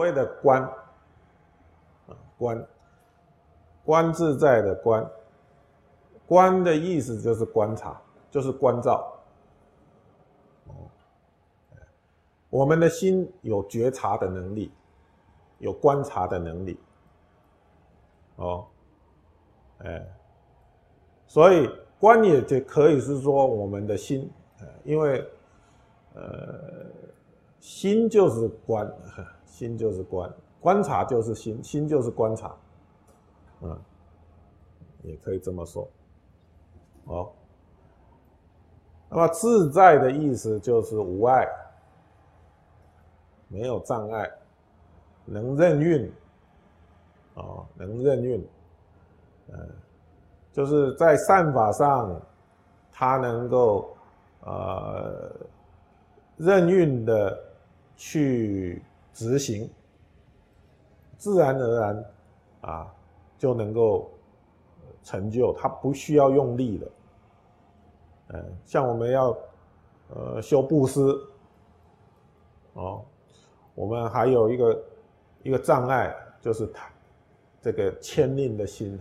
谓的观观自在的观的意思就是观察，就是关照。我们的心有觉察的能力，有观察的能力。所以观也就可以是说我们的心，因为心就是观，心就是观，观察就是心，心就是观察，也可以这么说。那么自在的意思就是无碍，没有障碍，能任运，能任运，就是在善法上，它能够任运的去执行，自然而然就能够成就，它不需要用力的。像我们要修布施，我们还有一个障碍，就是这个牵令的心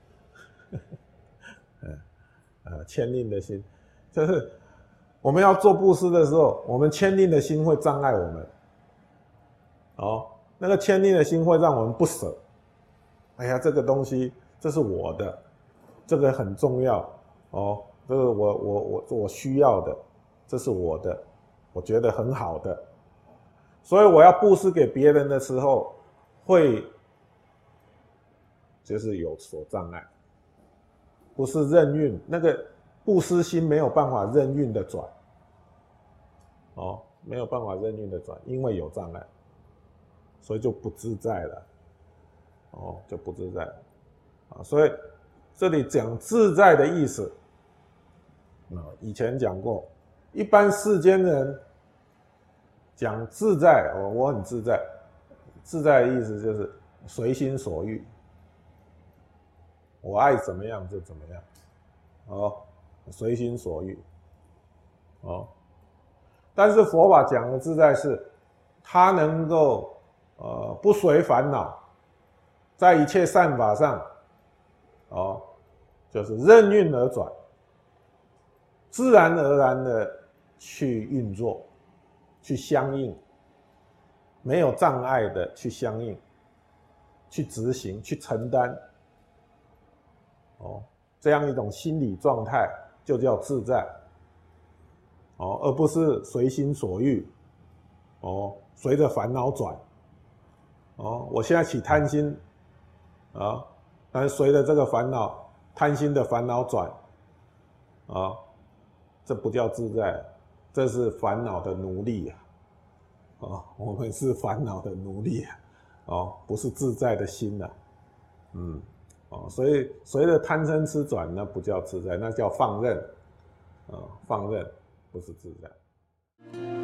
牵令的心，就是我们要做布施的时候，我们牵令的心会障碍我们。那个牵令的心会让我们不舍。哎呀，这个东西这是我的，这个很重要这个我需要的，这是我的，我觉得很好的，所以我要布施给别人的时候，会就是有所障碍，不是任运，那个布施心没有办法任运的转，没有办法任运的转，因为有障碍，所以就不自在了，就不自在了所以这里讲自在的意思。以前讲过，一般世间人讲自在，我很自在，自在的意思就是随心所欲，我爱怎么样就怎么样，随心所欲，但是佛法讲的自在是，他能够不随烦恼，在一切善法上，就是任运而转。自然而然的去运作，去相应，没有障碍的去相应，去执行，去承担，这样一种心理状态就叫自在，而不是随心所欲，随着烦恼转，我现在起贪心，但是随着这个烦恼，贪心的烦恼转，这不叫自在，这是烦恼的奴隶我们是烦恼的奴隶不是自在的心所以随着贪嗔痴转，那不叫自在，那叫放任，放任不是自在。